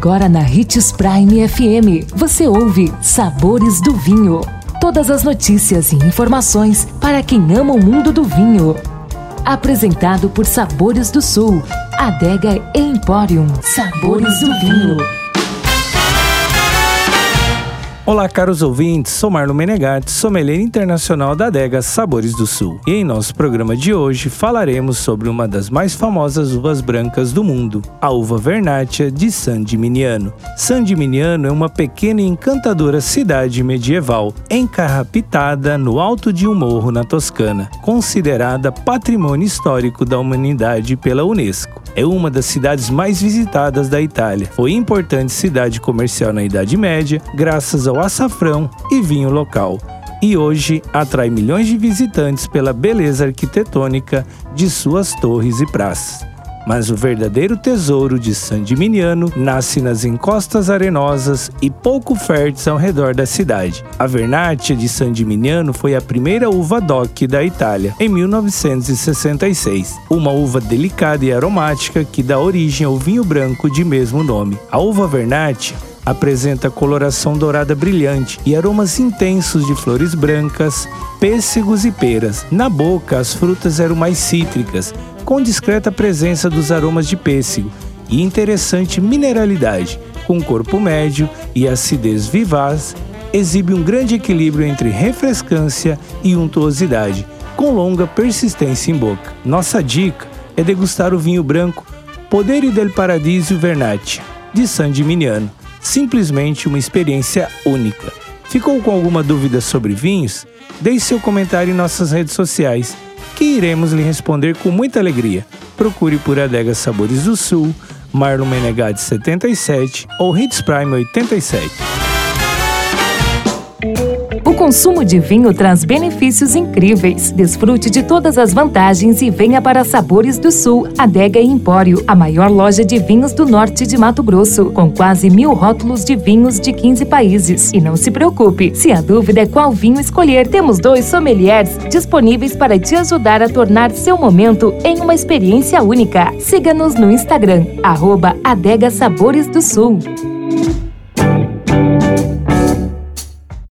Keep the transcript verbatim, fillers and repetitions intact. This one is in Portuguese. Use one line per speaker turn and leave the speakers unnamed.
Agora na Hits Prime F M, você ouve Sabores do Vinho. Todas as notícias e informações para quem ama o mundo do vinho. Apresentado por Sabores do Sul, Adega Emporium. Sabores do Vinho.
Olá, caros ouvintes, sou Marlon Menegatti, sommelier internacional da Adega Sabores do Sul. E em nosso programa de hoje falaremos sobre uma das mais famosas uvas brancas do mundo, a uva Vernaccia de San Gimignano. San Gimignano é uma pequena e encantadora cidade medieval, encarrapitada no alto de um morro na Toscana, considerada patrimônio histórico da humanidade pela Unesco. É uma das cidades mais visitadas da Itália. Foi importante cidade comercial na Idade Média, graças ao açafrão e vinho local. E hoje atrai milhões de visitantes pela beleza arquitetônica de suas torres e praças. Mas o verdadeiro tesouro de San Gimignano nasce nas encostas arenosas e pouco férteis ao redor da cidade. A Vernaccia de San Gimignano foi a primeira uva D O C da Itália, em mil novecentos e sessenta e seis. Uma uva delicada e aromática que dá origem ao vinho branco de mesmo nome. A uva Vernaccia apresenta coloração dourada brilhante e aromas intensos de flores brancas, pêssegos e peras. Na boca, as frutas eram mais cítricas, com discreta presença dos aromas de pêssego e interessante mineralidade, com corpo médio e acidez vivaz, exibe um grande equilíbrio entre refrescância e untuosidade, com longa persistência em boca. Nossa dica é degustar o vinho branco Poderi del Paradiso Vernaccia, de San Gimignano. Simplesmente uma experiência única. Ficou com alguma dúvida sobre vinhos? Deixe seu comentário em nossas redes sociais, que iremos lhe responder com muita alegria. Procure por Adega Sabores do Sul, Marlon Menegatti setenta e sete ou Hits Prime oitenta e sete.
O consumo de vinho traz benefícios incríveis. Desfrute de todas as vantagens e venha para Sabores do Sul, Adega Empório, a maior loja de vinhos do norte de Mato Grosso, com quase mil rótulos de vinhos de quinze países. E não se preocupe, se a dúvida é qual vinho escolher, temos dois sommeliers disponíveis para te ajudar a tornar seu momento em uma experiência única. Siga-nos no Instagram, arroba Adega Sabores do Sul.